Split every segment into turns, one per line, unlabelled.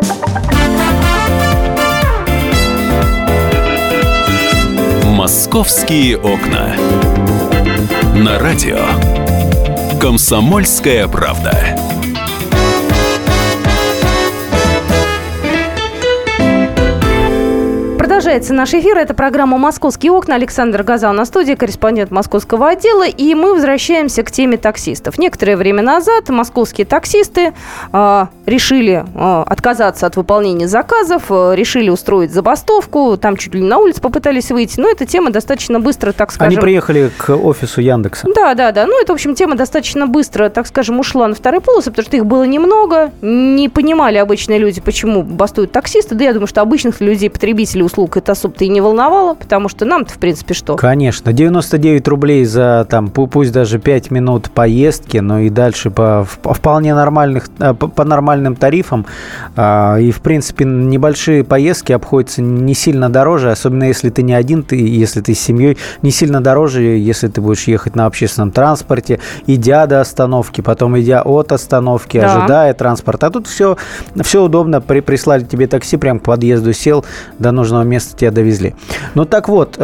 «Московские окна». На радио «Комсомольская правда».
Продолжается наш эфир. Это программа «Московские окна». Александр Гоза на студии, корреспондент московского отдела. И мы возвращаемся к теме таксистов. Некоторое время назад московские таксисты решили отказаться от выполнения заказов, решили устроить забастовку. Там чуть ли не на улицу попытались выйти. Но эта тема достаточно быстро, так скажем...
Они приехали к офису Яндекса.
Да. Ну, это, в общем, тема достаточно быстро, так скажем, ушла на вторые полосы, потому что их было немного. Не понимали обычные люди, почему бастуют таксисты. Да я думаю, что обычных людей, потребителей услуг, это особо-то и не волновало, потому что нам-то, в принципе, что? Конечно.
99 рублей за, там, пусть даже 5 минут поездки, но и дальше по вполне нормальных, по нормальным тарифам. И, в принципе, небольшие поездки обходятся не сильно дороже, особенно если ты не один, если ты с семьей, не сильно дороже, если ты будешь ехать на общественном транспорте, идя до остановки, потом идя от остановки, ожидая транспорт. А тут все удобно. Прислали тебе такси, прям к подъезду сел, до нужного места тебя довезли. Ну так вот,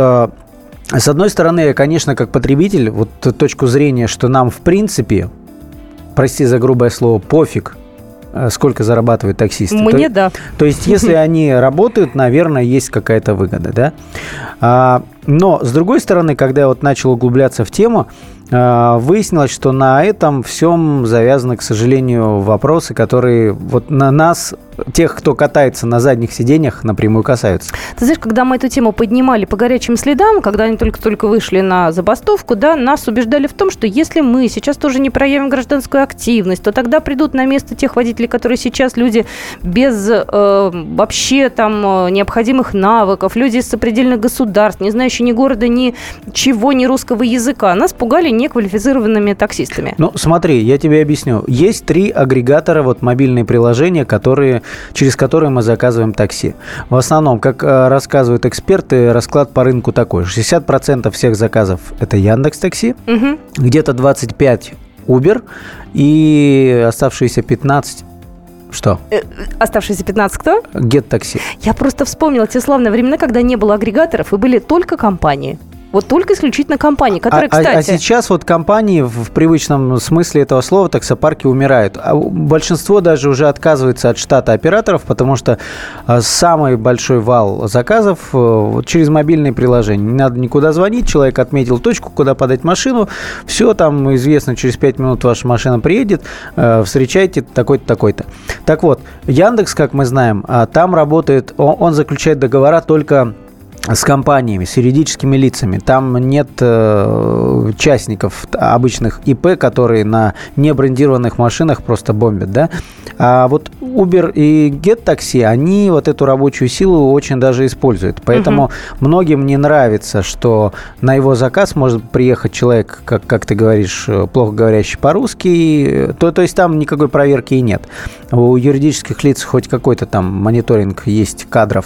с одной стороны, я, конечно, как потребитель, вот точку зрения, что нам в принципе, прости за грубое слово, пофиг, сколько зарабатывают таксисты.
Мне да.
То есть, если они работают, наверное, есть какая-то выгода, да? Но, с другой стороны, когда я вот начал углубляться в тему, выяснилось, что на этом всем завязаны, к сожалению, вопросы, которые вот на нас, тех, кто катается на задних сиденьях, напрямую касаются.
Ты знаешь, когда мы эту тему поднимали по горячим следам, когда они только-только вышли на забастовку, да, нас убеждали в том, что если мы сейчас тоже не проявим гражданскую активность, то тогда придут на место тех водителей, которые сейчас люди без вообще там необходимых навыков, люди из сопредельных государств, не знающие ни города, ни чего, ни русского языка. Нас пугали неквалифицированными таксистами.
Ну, смотри, я тебе объясню. Есть 3 агрегатора, вот мобильные приложения, через которые мы заказываем такси. В основном, как рассказывают эксперты, расклад по рынку такой. 60% всех заказов – это Яндекс.Такси, где-то 25% Uber и оставшиеся 15%. Что?
Оставшиеся 15 кто?
Get-такси.
Я просто вспомнила те славные времена, когда не было агрегаторов и были только компании. Вот только исключительно компании, которые, кстати...
А сейчас вот компании в привычном смысле этого слова, таксопарки, умирают. А большинство даже уже отказывается от штата операторов, потому что самый большой вал заказов через мобильные приложения. Не надо никуда звонить, человек отметил точку, куда подать машину, все, там известно, через 5 минут ваша машина приедет, встречайте такой-то, такой-то. Так вот, Яндекс, как мы знаем, там работает, он заключает договора только с компаниями, с юридическими лицами. Там нет частников обычных ИП, которые на небрендированных машинах просто бомбят, да? А вот Uber и Get-такси, они вот эту рабочую силу очень даже используют. Поэтому многим не нравится, что на его заказ может приехать человек, как ты говоришь, плохо говорящий по-русски. То есть там никакой проверки и нет. У юридических лиц хоть какой-то там мониторинг есть кадров.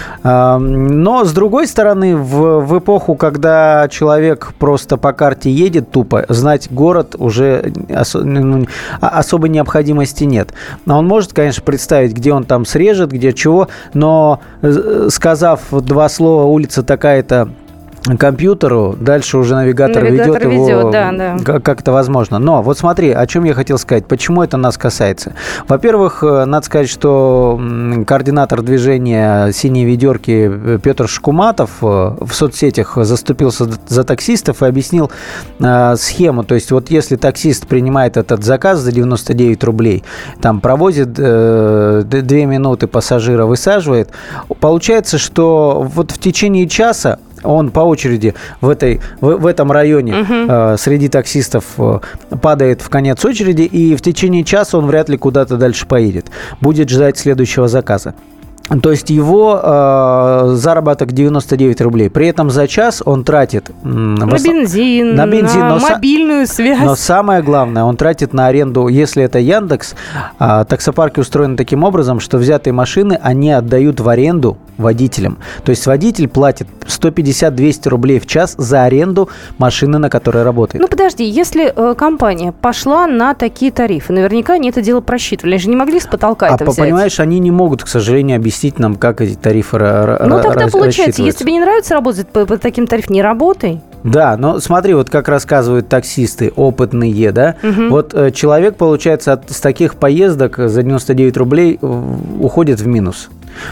Но, с другой стороны, в эпоху, когда человек просто по карте едет тупо, знать город уже особой необходимости нет. Он может, конечно, представить, где он там срежет, где чего, но сказав 2 слова «улица такая-то» компьютеру, дальше уже навигатор ведет его,
да.
Как это возможно. Но вот смотри, о чем я хотел сказать, почему это нас касается. Во-первых, надо сказать, что координатор движения «Синие ведерки» Петр Шкуматов в соцсетях заступился за таксистов и объяснил схему. То есть вот если таксист принимает этот заказ за 99 рублей, там провозит 2 минуты, пассажира высаживает, получается, что вот в течение часа он по очереди в этом районе среди таксистов падает в конец очереди, и в течение часа он вряд ли куда-то дальше поедет. Будет ждать следующего заказа. То есть его заработок 99 рублей. При этом за час он тратит...
на бензин, на мобильную связь.
Но самое главное, он тратит на аренду, если это Яндекс, таксопарки устроены таким образом, что взятые машины они отдают в аренду водителям. То есть водитель платит 150-200 рублей в час за аренду машины, на которой работает.
Ну, подожди, если компания пошла на такие тарифы, наверняка они это дело просчитывали. Они же не могли с потолка это взять.
Понимаешь, они не могут, к сожалению, объяснить нам, как эти тарифы рассчитываются.
Ну, тогда получается, если тебе не нравится работать по таким тарифам, не работай.
Да, но смотри, вот как рассказывают таксисты, опытные, да, вот человек, получается, с таких поездок за 99 рублей уходит в минус.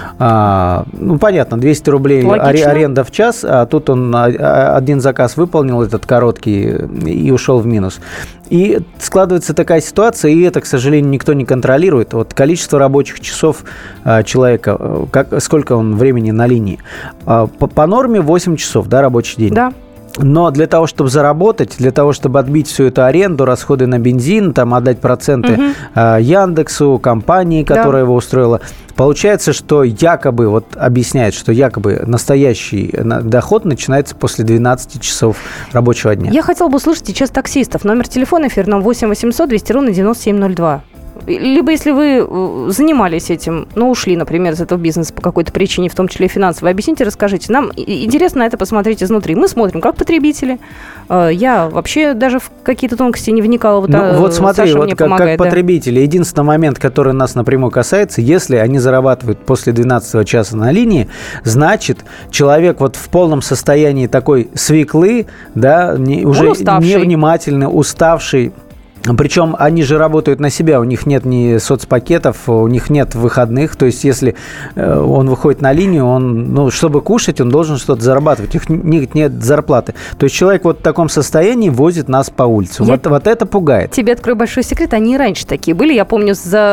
Понятно, 200 рублей аренда в час, а тут он один заказ выполнил, этот короткий, и ушел в минус. И складывается такая ситуация, и это, к сожалению, никто не контролирует. Вот количество рабочих часов человека, сколько он времени на линии. По норме 8 часов, да, рабочий день.
Да.
Но для того, чтобы заработать, для того, чтобы отбить всю эту аренду, расходы на бензин, там, отдать проценты Яндексу, компании, которая его устроила, получается, что якобы, вот объясняет, что якобы настоящий доход начинается после 12 часов рабочего дня.
Я хотела бы услышать сейчас таксистов. Номер телефона эфирного 8 800 200 ровно 9702. Либо если вы занимались этим, но ушли, например, из этого бизнеса по какой-то причине, в том числе финансовой, объясните, расскажите. Нам интересно на это посмотреть изнутри. Мы смотрим, как потребители. Я вообще даже в какие-то тонкости не вникала.
Вот смотри,
Саша
вот
мне
как
помогает,
потребители. Единственный момент, который нас напрямую касается, если они зарабатывают после 12 часа на линии, значит, человек вот в полном состоянии такой свеклы, да, уже невнимательный, уставший. Причем они же работают на себя, у них нет ни соцпакетов, у них нет выходных. То есть, если он выходит на линию, он, чтобы кушать, он должен что-то зарабатывать. У них нет зарплаты. То есть, человек вот в таком состоянии возит нас по улице. Вот это пугает.
Тебе открою большой секрет, они и раньше такие были. Я помню,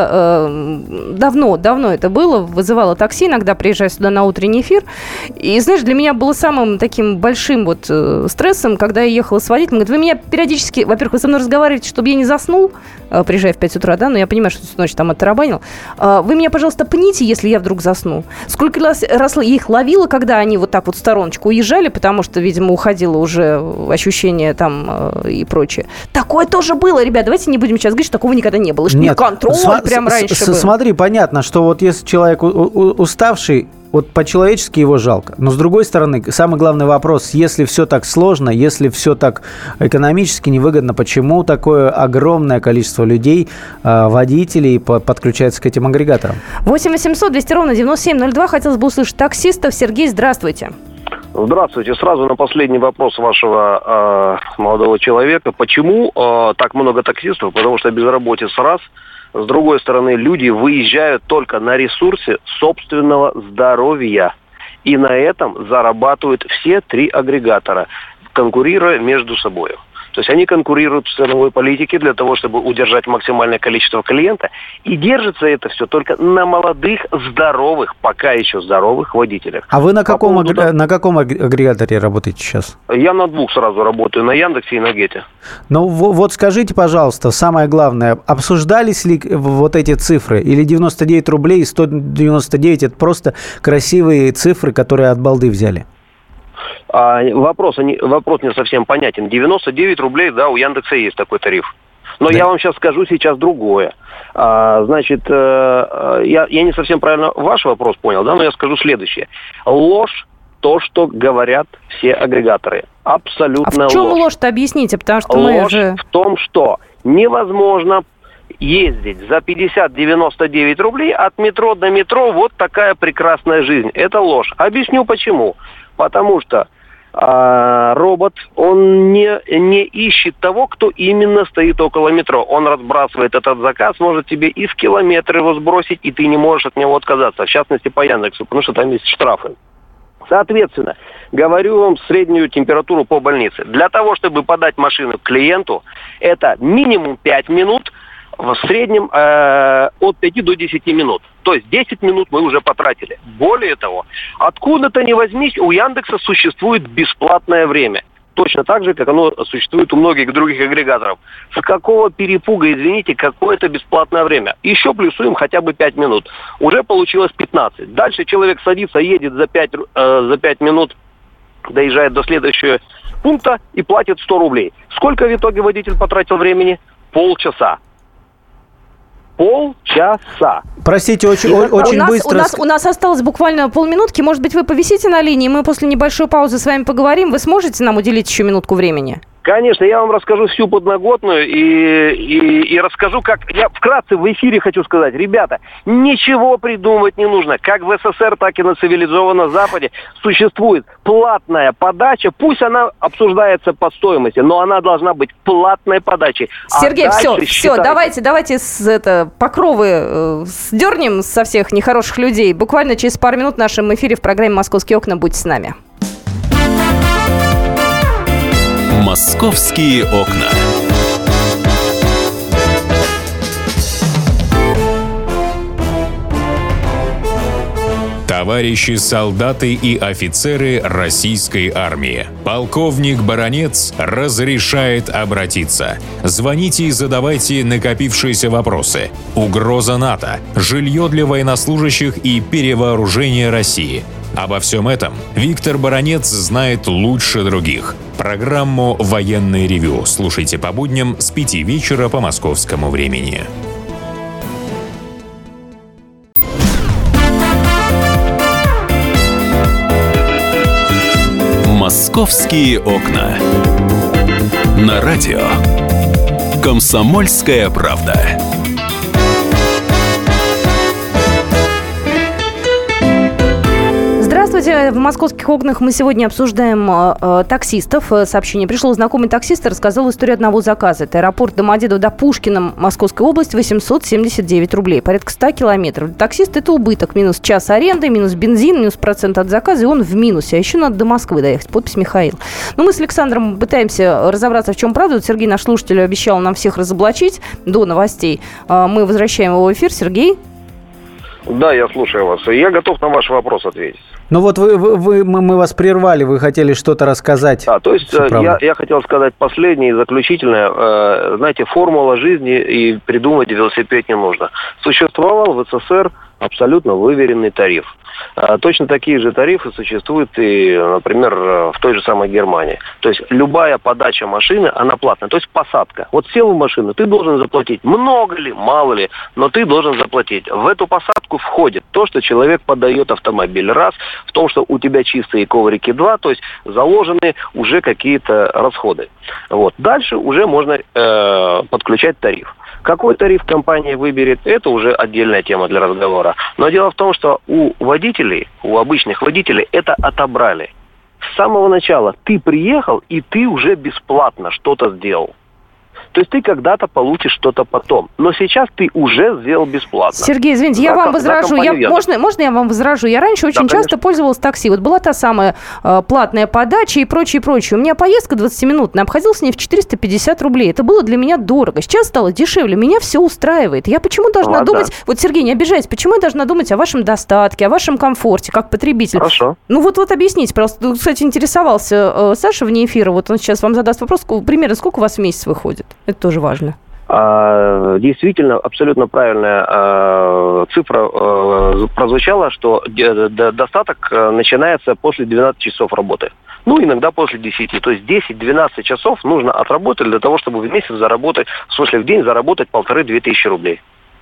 давно это было. Вызывала такси, иногда приезжаю сюда на утренний эфир. И, знаешь, для меня было самым таким большим стрессом, когда я ехала с водителем. Говорит, вы меня периодически, во-первых, вы со мной разговариваете, чтобы я не заснул, приезжая в 5 утра, да, но я понимаю, что всю ночь там оттарабанил. Вы меня, пожалуйста, пните, если я вдруг засну. Сколько раз я их ловила, когда они вот так вот в стороночку уезжали, потому что, видимо, уходило уже ощущение там и прочее. Такое тоже было, ребят. Давайте не будем сейчас говорить, что такого никогда не было. Что нет, контроль прям раньше был.
Смотри, понятно, что вот если человек уставший, вот по-человечески его жалко. Но, с другой стороны, самый главный вопрос, если все так сложно, если все так экономически невыгодно, почему такое огромное количество людей, водителей, подключается к этим агрегаторам?
8 800 200 ровно 9702. Хотелось бы услышать таксистов. Сергей, здравствуйте.
Здравствуйте. Сразу на последний вопрос вашего молодого человека. Почему так много таксистов? Потому что безработица раз. С другой стороны, люди выезжают только на ресурсе собственного здоровья. И на этом зарабатывают все три агрегатора, конкурируя между собой. То есть они конкурируют в ценовой политике для того, чтобы удержать максимальное количество клиента. И держится это все только на молодых, здоровых, пока еще здоровых водителях.
А вы на каком агрегаторе работаете сейчас?
Я на двух сразу работаю, на Яндексе и на Гете.
Ну вот скажите, пожалуйста, самое главное, обсуждались ли вот эти цифры? Или 99 рублей и 199 – это просто красивые цифры, которые от балды взяли?
Вопрос не совсем понятен. 99 рублей, да, у Яндекса есть такой тариф. Но да. Я вам сейчас скажу другое. Значит, я не совсем правильно ваш вопрос понял, да, но я скажу следующее. Ложь то, что говорят все агрегаторы. Абсолютно ложь.
А в чем ложь-то, объясните, потому что
ложь в том, что невозможно ездить за 50-99 рублей от метро до метро. Вот такая прекрасная жизнь. Это ложь. Объясню почему. Потому что робот, он не ищет того, кто именно стоит около метро. Он разбрасывает этот заказ, может тебе и в километр его сбросить, и ты не можешь от него отказаться. В частности, по Яндексу, потому что там есть штрафы. Соответственно, говорю вам среднюю температуру по больнице. Для того, чтобы подать машину к клиенту, это минимум 5 минут, в среднем от 5 до 10 минут. То есть 10 минут мы уже потратили. Более того, откуда-то ни возьмись, у Яндекса существует бесплатное время. точно так же, как оно существует у многих других агрегаторов. С какого перепуга, извините, какое-то бесплатное время? Еще плюсуем хотя бы 5 минут. Уже получилось 15. Дальше человек садится, едет за 5 минут, доезжает до следующего пункта и платит 100 рублей. Сколько в итоге водитель потратил времени? Полчаса.
Простите, очень быстро.
У нас осталось буквально полминутки. Может быть, вы повисите на линии, мы после небольшой паузы с вами поговорим. Вы сможете нам уделить еще минутку времени?
Конечно, я вам расскажу всю подноготную и расскажу, как... Я вкратце в эфире хочу сказать. Ребята, ничего придумывать не нужно. Как в СССР, так и на цивилизованном Западе существует платная подача. Пусть она обсуждается по стоимости, но она должна быть платной подачей.
Сергей, все, давайте покровы сдернем со всех нехороших людей. Буквально через пару минут в нашем эфире в программе «Московские окна». Будьте с нами.
«Московские окна». Товарищи солдаты и офицеры российской армии. Полковник Баранец разрешает обратиться. Звоните и задавайте накопившиеся вопросы. Угроза НАТО, жилье для военнослужащих и перевооружение России. Обо всем этом Виктор Баранец знает лучше других. Программу «Военное ревю» слушайте по будням с 5 вечера по московскому времени. «Московские окна». На радио «Комсомольская правда».
Здравствуйте. В «Московских окнах» мы сегодня обсуждаем таксистов. Сообщение пришло. Знакомый таксист рассказал историю одного заказа. Это аэропорт Домодедово до Пушкина, Московская область, 879 рублей. Порядка 100 километров. Для таксиста это убыток. Минус час аренды, минус бензин, минус процент от заказа, и он в минусе. А еще надо до Москвы доехать. Подпись Михаил. Но мы с Александром пытаемся разобраться, в чем правда. Вот Сергей, наш слушатель, обещал нам всех разоблачить до новостей. Мы возвращаем его в эфир. Сергей?
Да, я слушаю вас. Я готов на ваш вопрос ответить.
Ну вот мы вас прервали, вы хотели что-то рассказать.
То есть я хотел сказать последнее и заключительное. Знаете, формула жизни и придумывать велосипед не нужно. Существовал в СССР абсолютно выверенный тариф. Точно такие же тарифы существуют и, например, в той же самой Германии. То есть любая подача машины, она платная. То есть посадка. Вот сел в машину, ты должен заплатить. Много ли, мало ли, но ты должен заплатить. В эту посадку входит то, что человек подает автомобиль. Раз. В том, что у тебя чистые коврики. Два. То есть заложены уже какие-то расходы. Вот. Дальше уже можно подключать тариф. Какой тариф компания выберет, это уже отдельная тема для разговора. Но дело в том, что у водителей, у обычных водителей это отобрали. С самого начала ты приехал, и ты уже бесплатно что-то сделал. То есть ты когда-то получишь что-то потом. Но сейчас ты уже сделал бесплатно.
Сергей, извините, я вам возражу. Можно я вам возражу? Я раньше очень часто пользовалась такси. Вот была та самая платная подача и прочее. У меня поездка 20-минутная, обходилась с ней в 450 рублей. Это было для меня дорого. Сейчас стало дешевле. Меня все устраивает. Я почему должна думать... Вот, Сергей, не обижайтесь. Почему я должна думать о вашем достатке, о вашем комфорте, как потребитель?
Хорошо.
Ну вот объясните, просто. Кстати, интересовался Саша вне эфира. Вот он сейчас вам задаст вопрос. Примерно сколько у вас в месяц выходит? Это тоже важно.
Действительно, абсолютно правильная цифра прозвучала, что достаток начинается после 12 часов работы. Ну, иногда после 10. То есть 10-12 часов нужно отработать для того, чтобы в месяц заработать, в смысле в день заработать 1500-2000 рублей.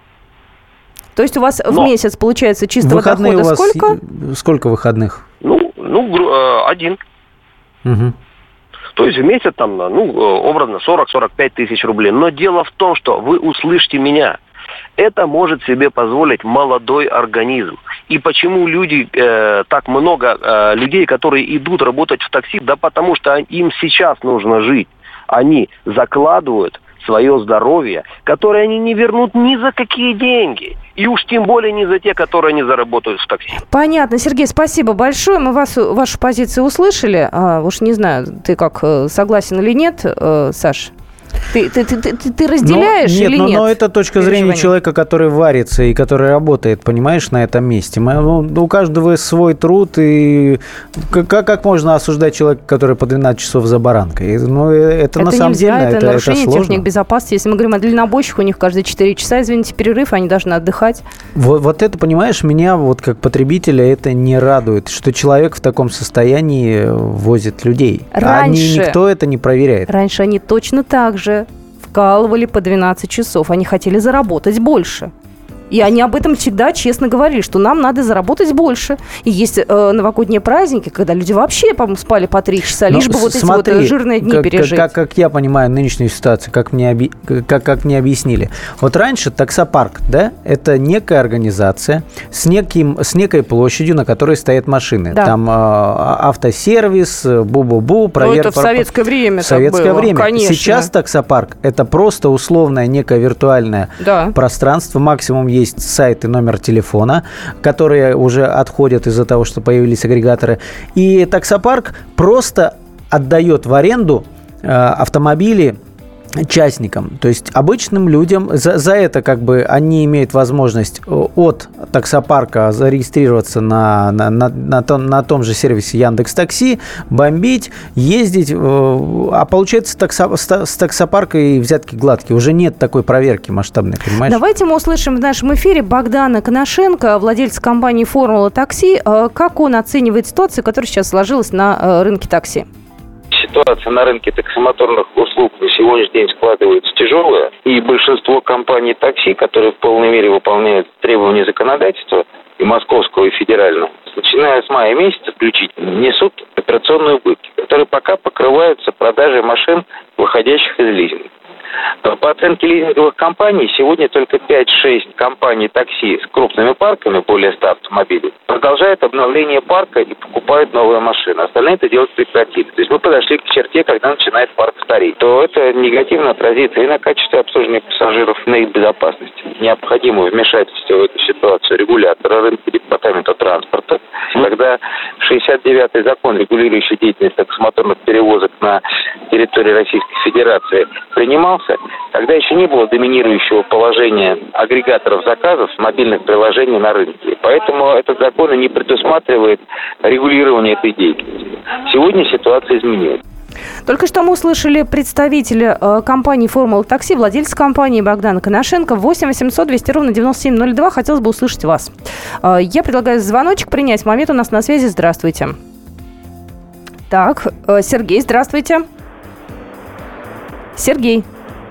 То есть у вас в месяц получается чистого дохода у вас сколько?
Сколько выходных?
Один.
Угу.
То есть в месяц там, образно 40-45 тысяч рублей. Но дело в том, что вы услышьте меня. Это может себе позволить молодой организм. И почему люди, так много людей, которые идут работать в такси, да потому что им сейчас нужно жить. Они закладывают свое здоровье, которое они не вернут ни за какие деньги. И уж тем более не за те, которые они заработают в такси.
Понятно. Сергей, спасибо большое. Мы вашу позицию услышали. Уж не знаю, ты как согласен или нет, Саш? Ты разделяешь или нет?
Но это точка зрения человека, который варится и который работает, понимаешь, на этом месте. У каждого свой труд, и как можно осуждать человека, который по 12 часов за баранкой? Это на самом деле
это нарушение техник безопасности. Если мы говорим о дальнобойщиках, у них каждые 4 часа, извините, перерыв, они должны отдыхать.
Вот это, понимаешь, меня вот как потребителя это не радует, что человек в таком состоянии возит людей. Никто это не проверяет.
Раньше они точно так же вкалывали по 12 часов. Они хотели заработать больше. И они об этом всегда честно говорили, что нам надо заработать больше. И есть новогодние праздники, когда люди вообще, по-моему, спали по 3 часа, лишь бы вот эти вот жирные дни пережить.
Как я понимаю нынешнюю ситуацию, как мне объяснили. Вот раньше таксопарк, да, это некая организация с некой площадью, на которой стоят машины. Да. Там автосервис, бу-бу-бу, проверка.
Это в советское время
было,
конечно.
Сейчас таксопарк – это просто условное некое виртуальное пространство, максимум есть сайт и номер телефона, которые уже отходят из-за того, что появились агрегаторы. И таксопарк просто отдает в аренду автомобили частникам, то есть обычным людям. За это как бы они имеют возможность от таксопарка зарегистрироваться на том же сервисе Яндекс.Такси, бомбить, ездить, а получается с таксопарка и взятки гладкие. Уже нет такой проверки масштабной, понимаешь?
Давайте мы услышим в нашем эфире Богдана Коношенко, владельца компании «Формула такси». Как он оценивает ситуацию, которая сейчас сложилась на рынке такси?
Ситуация на рынке таксомоторных услуг на сегодняшний день складывается тяжелая, и большинство компаний такси, которые в полной мере выполняют требования законодательства, и московского, и федерального, начиная с мая месяца включительно, несут операционные убытки, которые пока покрываются продажей машин, выходящих из лизинга. По оценке лизинговых компаний, сегодня только 5-6 компаний такси с крупными парками, более 100 автомобилей, продолжают обновление парка и покупают новые машины. Остальные это делать прекратили. То есть мы подошли к черте, когда начинает парк стареть. То это негативно отразится и на качестве обслуживания пассажиров, на их безопасности. Необходимо вмешательство в эту ситуацию регулятора рынка, департамента транспорта. Когда 69-й закон, регулирующий деятельность таксомоторных перевозок на территории Российской Федерации, принимался, тогда еще не было доминирующего положения агрегаторов заказов мобильных приложений на рынке. Поэтому этот закон и не предусматривает регулирование этой деятельности. Сегодня ситуация изменилась.
Только что мы услышали представителя компании «Формула такси», владельца компании Богдана Коношенко. 8 800 200 ровно 9702. Хотелось бы услышать вас. Я предлагаю звоночек принять. Момент у нас на связи. Здравствуйте. Так, Сергей, здравствуйте. Сергей.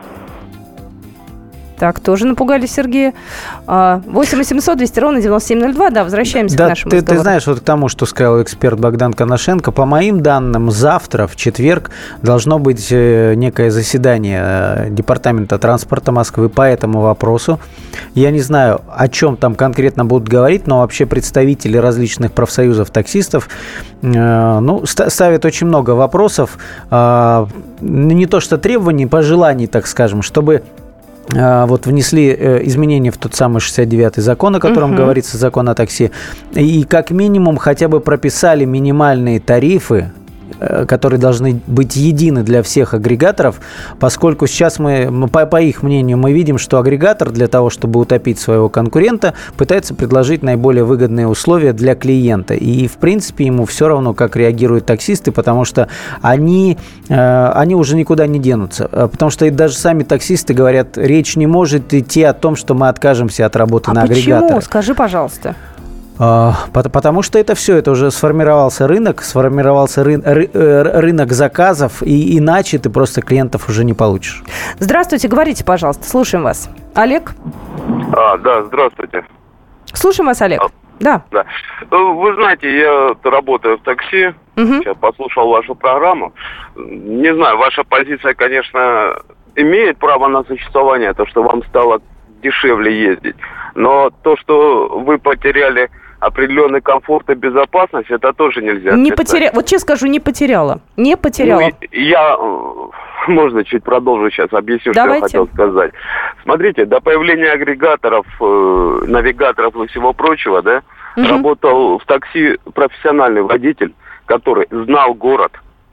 Так, тоже напугали Сергея. 8 800 200 ровно 9702. Да, возвращаемся к нашему разговору.
Ты знаешь, вот к тому, что сказал эксперт Богдан Коношенко, по моим данным, завтра, в четверг, должно быть некое заседание Департамента транспорта Москвы по этому вопросу. Я не знаю, о чем там конкретно будут говорить, но вообще представители различных профсоюзов таксистов ставят очень много вопросов, не то что требований, пожеланий, так скажем, чтобы вот внесли изменения в тот самый 69-й закон, о котором говорится, закон о такси, и как минимум хотя бы прописали минимальные тарифы, которые должны быть едины для всех агрегаторов, поскольку сейчас мы, по их мнению, мы видим, что агрегатор для того, чтобы утопить своего конкурента, пытается предложить наиболее выгодные условия для клиента. И, в принципе, ему все равно, как реагируют таксисты, потому что они уже никуда не денутся. Потому что даже сами таксисты говорят, речь не может идти о том, что мы откажемся от работы на агрегаторе.
Почему? Скажи, пожалуйста.
Потому что это уже сформировался рынок, рынок заказов, и иначе ты просто клиентов уже не получишь.
Здравствуйте, говорите, пожалуйста, слушаем вас. Олег?
Да, здравствуйте.
Слушаем вас, Олег. Да.
Вы знаете, я работаю в такси, я послушал вашу программу. Не знаю, ваша позиция, конечно, имеет право на существование, то, что вам стало дешевле ездить. Но то, что вы потеряли определенный комфорт и безопасность, это тоже нельзя отрицать.
Вот честно скажу, не потеряла.
Я, можно чуть продолжу сейчас, объясню,
Давайте.
что я хотел сказать. Смотрите, до появления агрегаторов, навигаторов и всего прочего, да, работал в такси профессиональный водитель, который знал город,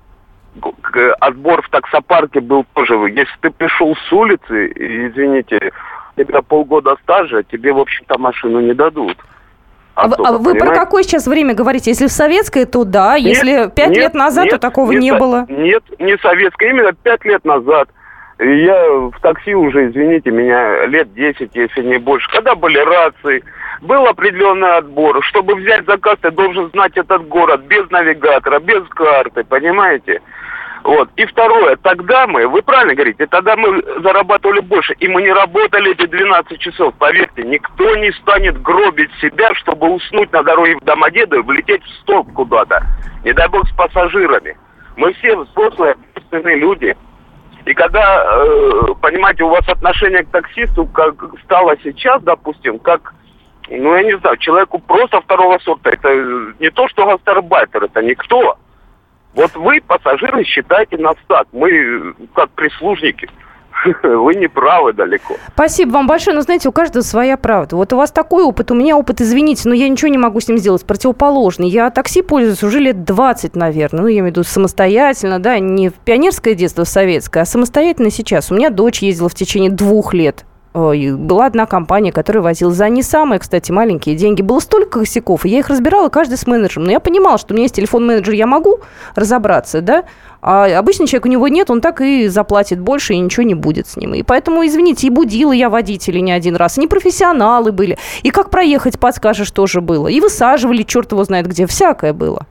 отбор в таксопарке был тоже. Если ты пришел с улицы, извините, у тебя полгода стажа, тебе, в общем-то, машину не дадут.
Вы про какое сейчас время говорите? Если в советское, то да. Если 5 лет назад, то такого не было.
Нет, не советское. Именно 5 лет назад. Я в такси уже, извините меня, лет 10, если не больше. Когда были рации, был определенный отбор. Чтобы взять заказ, ты должен знать этот город без навигатора, без карты, понимаете? Вот. И второе, тогда вы правильно говорите, тогда мы зарабатывали больше, и мы не работали эти 12 часов. Поверьте, никто не станет гробить себя, чтобы уснуть на дороге в Домодедово и влететь в столб куда-то. Не дай бог с пассажирами. Мы все взрослые, ответственные люди. И когда, понимаете, у вас отношение к таксисту, как стало сейчас, допустим, как, я не знаю, человеку просто второго сорта. Это не то, что гастарбайтер, это никто. Вот вы, пассажиры, считайте нас так. Мы как прислужники. Вы не правы далеко.
Спасибо вам большое. Но, знаете, у каждого своя правда. Вот у вас такой опыт, у меня опыт, извините, но я ничего не могу с ним сделать, противоположный. Я такси пользуюсь уже лет 20, наверное. Я имею в виду самостоятельно, да, не в пионерское детство советское, а самостоятельно сейчас. У меня дочь ездила в течение 2 лет. Была одна компания, которая возила за не самые, кстати, маленькие деньги. Было столько косяков, и я их разбирала каждый с менеджером. Но я понимала, что у меня есть телефон менеджера, я могу разобраться, да? А обычный человек, у него нет, он так и заплатит больше, и ничего не будет с ним. И поэтому, извините, и будила я водителей не один раз, и непрофессионалы были. И как проехать, подскажешь, тоже было. И высаживали, черт его знает где, всякое было.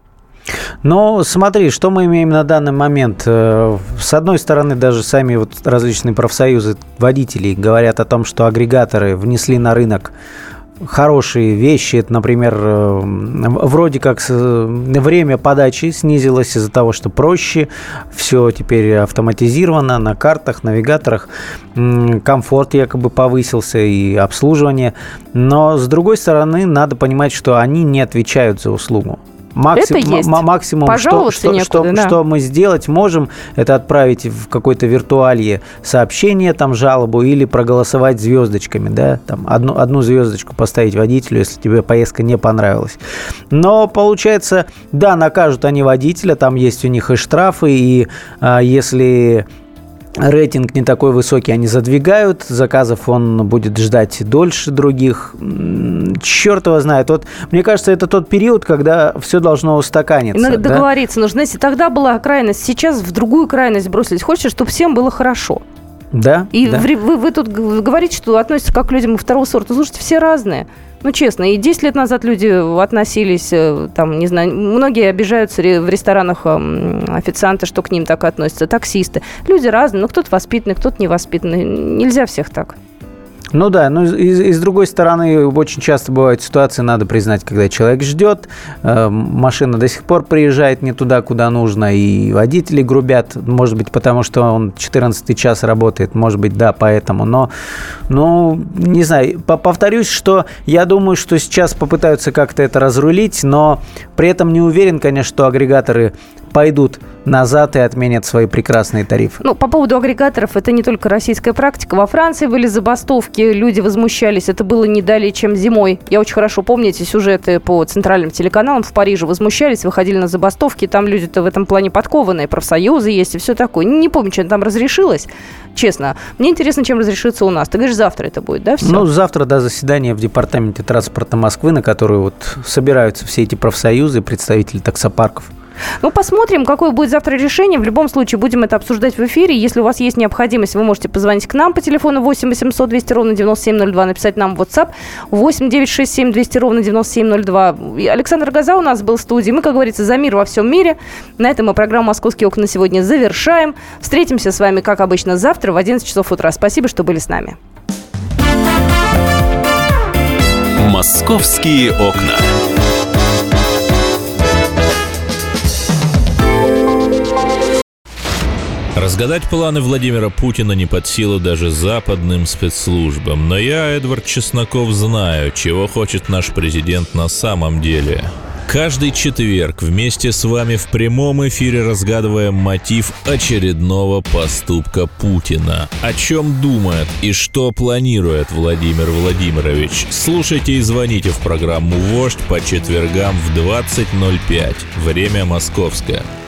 Но смотри, что мы имеем на данный момент. С одной стороны, даже сами вот различные профсоюзы водителей говорят о том, что агрегаторы внесли на рынок хорошие вещи. Это, например, вроде как время подачи снизилось из-за того, что проще, все теперь автоматизировано на картах, навигаторах, комфорт якобы повысился и обслуживание. Но, с другой стороны, надо понимать, что они не отвечают за услугу. Максимум, что мы сделать можем, это отправить в какой-то виртуалье сообщение, там, жалобу или проголосовать звездочками, да, там, одну звездочку поставить водителю, если тебе поездка не понравилась. Но получается, да, накажут они водителя, там есть у них и штрафы, и если рейтинг не такой высокий, они задвигают, заказов он будет ждать дольше других. Черт его знает. Вот, мне кажется, это тот период, когда все должно устаканиться.
Надо договориться нужно. Знаете, тогда была крайность, сейчас в другую крайность бросились. Хочется, чтобы всем было хорошо.
Да.
И да. Вы тут говорите, что относятся как к людям второго сорта. Слушайте, все разные. Ну, честно, и 10 лет назад люди относились, там, не знаю, многие обижаются в ресторанах официанты, что к ним так относятся, таксисты. Люди разные, но кто-то воспитанный, кто-то невоспитанный. Нельзя всех так.
Ну да, но и с другой стороны, очень часто бывают ситуации, надо признать, когда человек ждет, машина до сих пор приезжает не туда, куда нужно, и водители грубят, может быть, потому что он 14-й час работает, может быть, да, поэтому, но, не знаю, повторюсь, что я думаю, что сейчас попытаются как-то это разрулить, но при этом не уверен, конечно, что агрегаторы пойдут назад и отменят свои прекрасные тарифы.
Ну, по поводу агрегаторов, это не только российская практика. Во Франции были забастовки, люди возмущались. Это было не далее, чем зимой. Я очень хорошо помню эти сюжеты по центральным телеканалам в Париже. Возмущались, выходили на забастовки. Там люди-то в этом плане подкованные, профсоюзы есть и все такое. Не помню, что там разрешилось. Честно. Мне интересно, чем разрешится у нас. Ты говоришь, завтра это будет, да, все?
Ну, завтра, да, заседание в Департаменте транспорта Москвы, на которое вот собираются все эти профсоюзы, представители таксопарков.
Ну, посмотрим, какое будет завтра решение. В любом случае, будем это обсуждать в эфире. Если у вас есть необходимость, вы можете позвонить к нам по телефону 8 800 200 ровно 9702, написать нам в WhatsApp 8 967 200 ровно 9702. Александр Гоза у нас был в студии. Мы, как говорится, за мир во всем мире. На этом мы программу «Московские окна» сегодня завершаем. Встретимся с вами, как обычно, завтра в 11 часов утра. Спасибо, что были с нами.
«Московские окна».
Разгадать планы Владимира Путина не под силу даже западным спецслужбам. Но я, Эдвард Чесноков, знаю, чего хочет наш президент на самом деле. Каждый четверг вместе с вами в прямом эфире разгадываем мотив очередного поступка Путина. О чем думает и что планирует Владимир Владимирович. Слушайте и звоните в программу «Вождь» по четвергам в 20:05. Время московское.